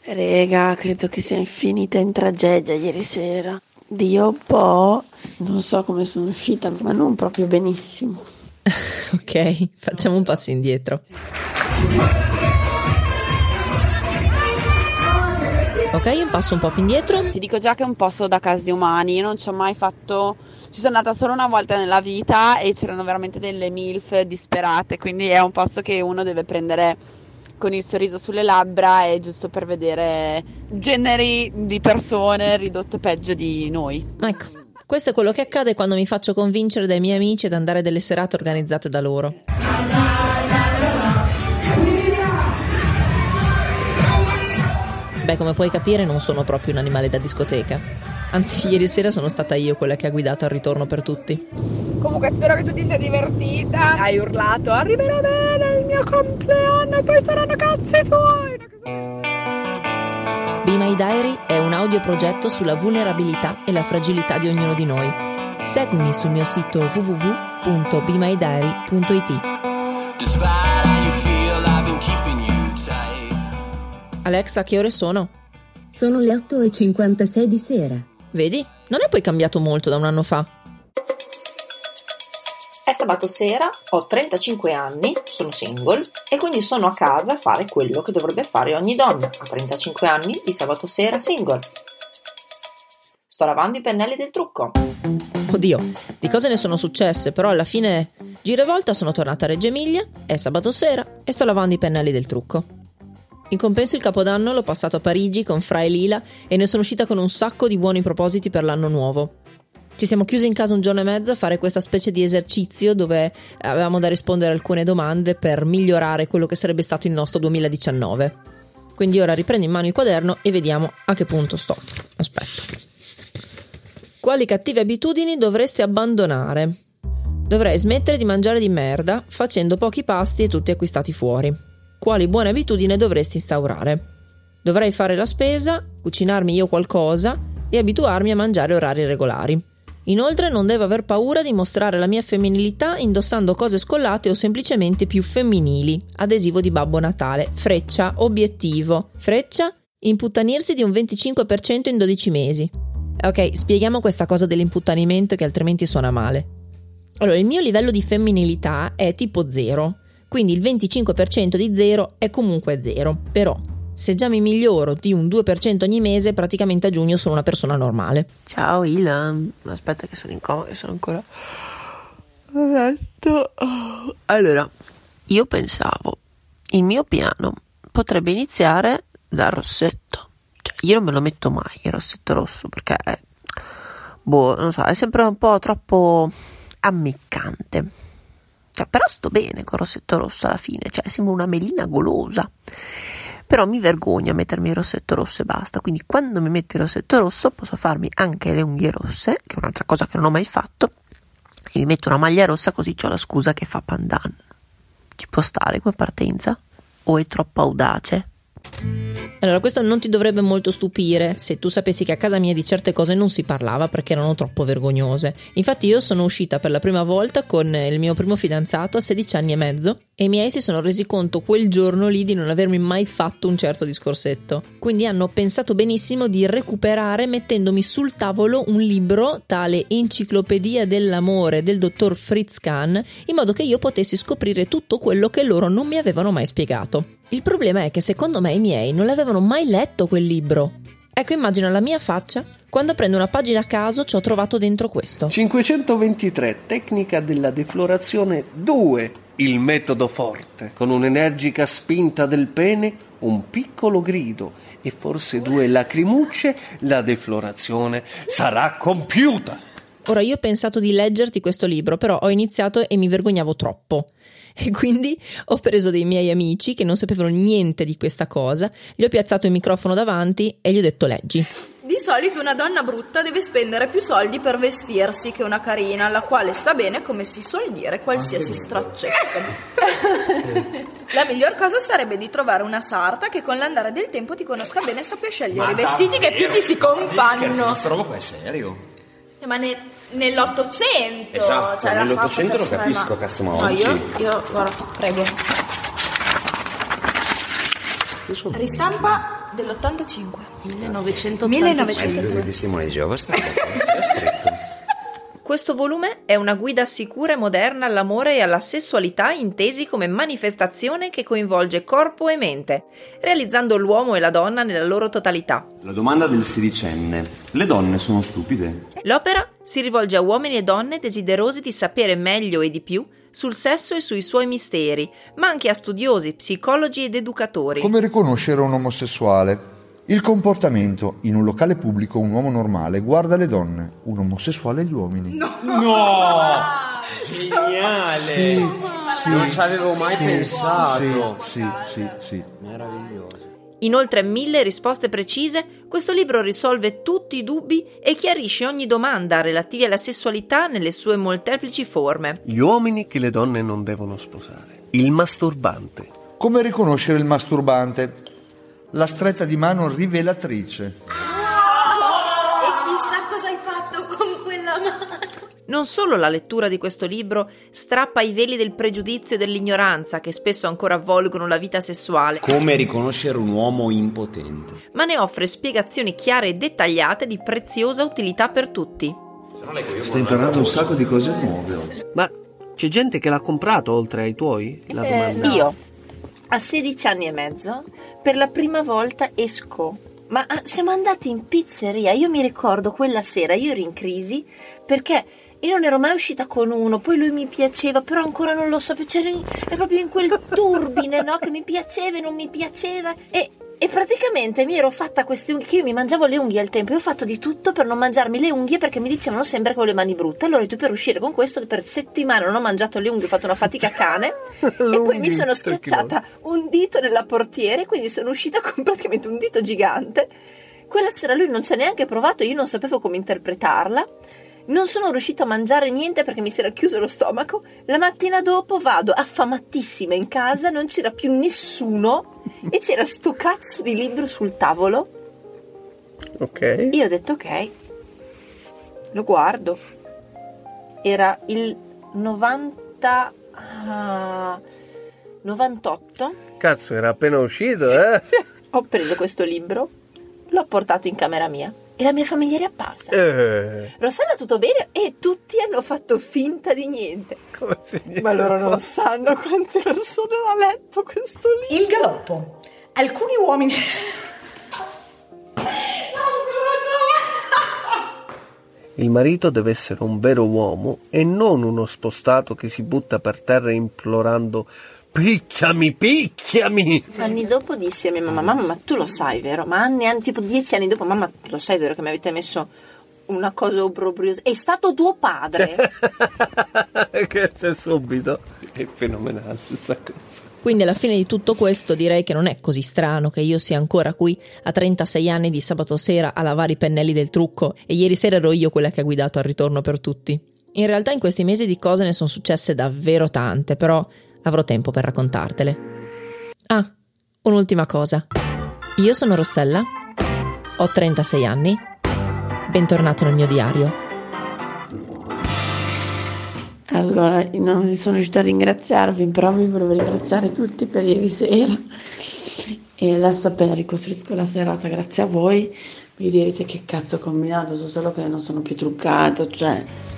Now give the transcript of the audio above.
Rega, credo che sia finita in tragedia ieri sera. Dio un po', non so come sono uscita, ma non proprio benissimo. Ok, facciamo un passo indietro. Ok, un passo un po' più indietro. Ti dico già che è un posto da casi umani. Io non ci ho mai fatto, ci sono andata solo una volta nella vita e c'erano veramente delle MILF disperate, quindi è un posto che uno deve prendere con il sorriso sulle labbra, è giusto per vedere generi di persone ridotte peggio di noi. Ecco, questo è quello che accade quando mi faccio convincere dai miei amici ad andare a delle serate organizzate da loro. Beh, come puoi capire non sono proprio un animale da discoteca. Anzi, ieri sera sono stata io quella che ha guidato al ritorno per tutti. Comunque spero che tu ti sia divertita. Hai urlato arriverà bene il mio compleanno e poi saranno cazzi tuoi. Be My Diary è un audioprogetto sulla vulnerabilità e la fragilità di ognuno di noi. Seguimi sul mio sito www.bemydiary.it. Alexa, che ore sono? Sono le 8:56 di sera. Vedi? Non è poi cambiato molto da un anno fa. È sabato sera, ho 35 anni, sono single e quindi sono a casa a fare quello che dovrebbe fare ogni donna a 35 anni di sabato sera single. Sto lavando i pennelli del trucco. Oddio, di cose ne sono successe, però alla fine giravolta sono tornata a Reggio Emilia, è sabato sera e sto lavando i pennelli del trucco. In compenso il Capodanno l'ho passato a Parigi con Fra e Lila e ne sono uscita con un sacco di buoni propositi per l'anno nuovo. Ci siamo chiusi in casa un giorno e mezzo a fare questa specie di esercizio dove avevamo da rispondere a alcune domande per migliorare quello che sarebbe stato il nostro 2019. Quindi ora riprendo in mano il quaderno e vediamo a che punto sto. Aspetta. Quali cattive abitudini dovresti abbandonare? Dovrei smettere di mangiare di merda facendo pochi pasti e tutti acquistati fuori. Quali buone abitudini dovresti instaurare? Dovrei fare la spesa, cucinarmi io qualcosa e abituarmi a mangiare orari regolari. Inoltre non devo aver paura di mostrare la mia femminilità indossando cose scollate o semplicemente più femminili. Adesivo di Babbo Natale. Freccia, obiettivo. Freccia, imputtanirsi di un 25% in 12 mesi. Ok, spieghiamo questa cosa dell'imputtanimento che altrimenti suona male. Allora, il mio livello di femminilità è tipo 0. Quindi il 25% di 0 è comunque 0, però se già mi miglioro di un 2% ogni mese, praticamente a giugno sono una persona normale. Ciao Ilan, aspetta che sono in coma, che sono ancora a letto. Allora, io pensavo, il mio piano potrebbe iniziare dal rossetto. Cioè, io non me lo metto mai il rossetto rosso perché, non so, è sempre un po' troppo ammiccante. Cioè, però sto bene col rossetto rosso alla fine, cioè sembra una melina golosa. Però mi vergogno a mettermi il rossetto rosso e basta, quindi quando mi metto il rossetto rosso posso farmi anche le unghie rosse, che è un'altra cosa che non ho mai fatto, e mi metto una maglia rossa così c'ho la scusa che fa pandan. Ci può stare come partenza? O è troppo audace? Allora, questo non ti dovrebbe molto stupire se tu sapessi che a casa mia di certe cose non si parlava perché erano troppo vergognose. Infatti io sono uscita per la prima volta con il mio primo fidanzato a 16 anni e mezzo e i miei si sono resi conto quel giorno lì di non avermi mai fatto un certo discorsetto. Quindi hanno pensato benissimo di recuperare mettendomi sul tavolo un libro tale Enciclopedia dell'amore del dottor Fritz Kahn, in modo che io potessi scoprire tutto quello che loro non mi avevano mai spiegato. Il problema è che secondo me i miei non l'avevano mai letto quel libro. Ecco, immagina la mia faccia quando prendo una pagina a caso ci ho trovato dentro questo. 523, tecnica della deflorazione 2, il metodo forte. Con un'energica spinta del pene, un piccolo grido e forse 2 lacrimucce, la deflorazione sarà compiuta. Ora, io ho pensato di leggerti questo libro, però ho iniziato e mi vergognavo troppo. E quindi ho preso dei miei amici che non sapevano niente di questa cosa, gli ho piazzato il microfono davanti e gli ho detto leggi. Di solito una donna brutta deve spendere più soldi per vestirsi che una carina, alla quale sta bene, come si suol dire, qualsiasi straccetto. La miglior cosa sarebbe di trovare una sarta che con l'andare del tempo ti conosca bene e sappia scegliere i vestiti che più ti si compagno. Ma sta roba qua è serio? Ma nell'800, esatto, cioè nell'800 lo capisco, cazzo, ma no, oggi io guarda, prego. Ristampa dell'85. 1985. Due testimoni di Geova sta scritto. Questo volume è una guida sicura e moderna all'amore e alla sessualità intesi come manifestazione che coinvolge corpo e mente, realizzando l'uomo e la donna nella loro totalità. La domanda del sedicenne: le donne sono stupide? L'opera si rivolge a uomini e donne desiderosi di sapere meglio e di più sul sesso e sui suoi misteri, ma anche a studiosi, psicologi ed educatori. Come riconoscere un omosessuale? Il comportamento. In un locale pubblico un uomo normale guarda le donne, un omosessuale gli uomini. No! Geniale! Non ci avevo mai pensato. Sì. Meraviglioso. In oltre 1000 risposte precise, questo libro risolve tutti i dubbi e chiarisce ogni domanda relativa alla sessualità nelle sue molteplici forme. Gli uomini che le donne non devono sposare. Il masturbante. Come riconoscere il masturbante? La stretta di mano rivelatrice. E chissà cosa hai fatto con quella mano. Non solo la lettura di questo libro strappa i veli del pregiudizio e dell'ignoranza che spesso ancora avvolgono la vita sessuale, Come riconoscere un uomo impotente. ma ne offre spiegazioni chiare e dettagliate di preziosa utilità per tutti. Sto imparando un sacco di cose nuove. Ma c'è gente che l'ha comprato oltre ai tuoi? La domanda. Io, a 16 anni e mezzo, per la prima volta esco. Ma siamo andati in pizzeria. Io mi ricordo quella sera, io ero in crisi perché io non ero mai uscita con uno, poi lui mi piaceva, però ancora non lo sapevo, è proprio in quel turbine, no? Che mi piaceva e non mi piaceva e praticamente mi ero fatta queste unghie, che io mi mangiavo le unghie al tempo, io ho fatto di tutto per non mangiarmi le unghie perché mi dicevano sempre che ho le mani brutte. Allora tu per uscire con questo per settimane non ho mangiato le unghie, ho fatto una fatica cane e poi mi sono schiacciata un dito nella portiere, quindi sono uscita con praticamente un dito gigante. Quella sera lui non ci ha neanche provato, io non sapevo come interpretarla. Non sono riuscita a mangiare niente perché mi si era chiuso lo stomaco. La mattina dopo vado affamatissima in casa, non c'era più nessuno e c'era sto cazzo di libro sul tavolo. Ok. Io ho detto ok, lo guardo. Era il 98. Cazzo, era appena uscito, eh? Ho preso questo libro, l'ho portato in camera mia e la mia famiglia è riapparsa. Rossella, tutto bene? E tutti hanno fatto finta di niente. Come se niente Ma loro non fosse. sanno quante persone hanno letto questo libro. Il galoppo. Alcuni uomini... Il marito deve essere un vero uomo e non uno spostato che si butta per terra implorando picchiami, picchiami. Anni dopo dissi a mia mamma: mamma, ma tu lo sai, vero? Ma anni, tipo 10 anni dopo, mamma, lo sai, vero, che mi avete messo una cosa obbrobriosa? È stato tuo padre. Che c'è subito. È fenomenale questa cosa. Quindi alla fine di tutto questo direi che non è così strano che io sia ancora qui a 36 anni di sabato sera a lavare i pennelli del trucco e ieri sera ero io quella che ha guidato al ritorno per tutti. In realtà in questi mesi di cose ne sono successe davvero tante, però avrò tempo per raccontartele. Ah, un'ultima cosa. Io sono Rossella, ho 36 anni, bentornato nel mio diario. Allora, non sono riuscita a ringraziarvi, però vi volevo ringraziare tutti per ieri sera e adesso appena ricostruisco la serata grazie a voi vi direte che cazzo ho combinato, so solo che non sono più truccato, cioè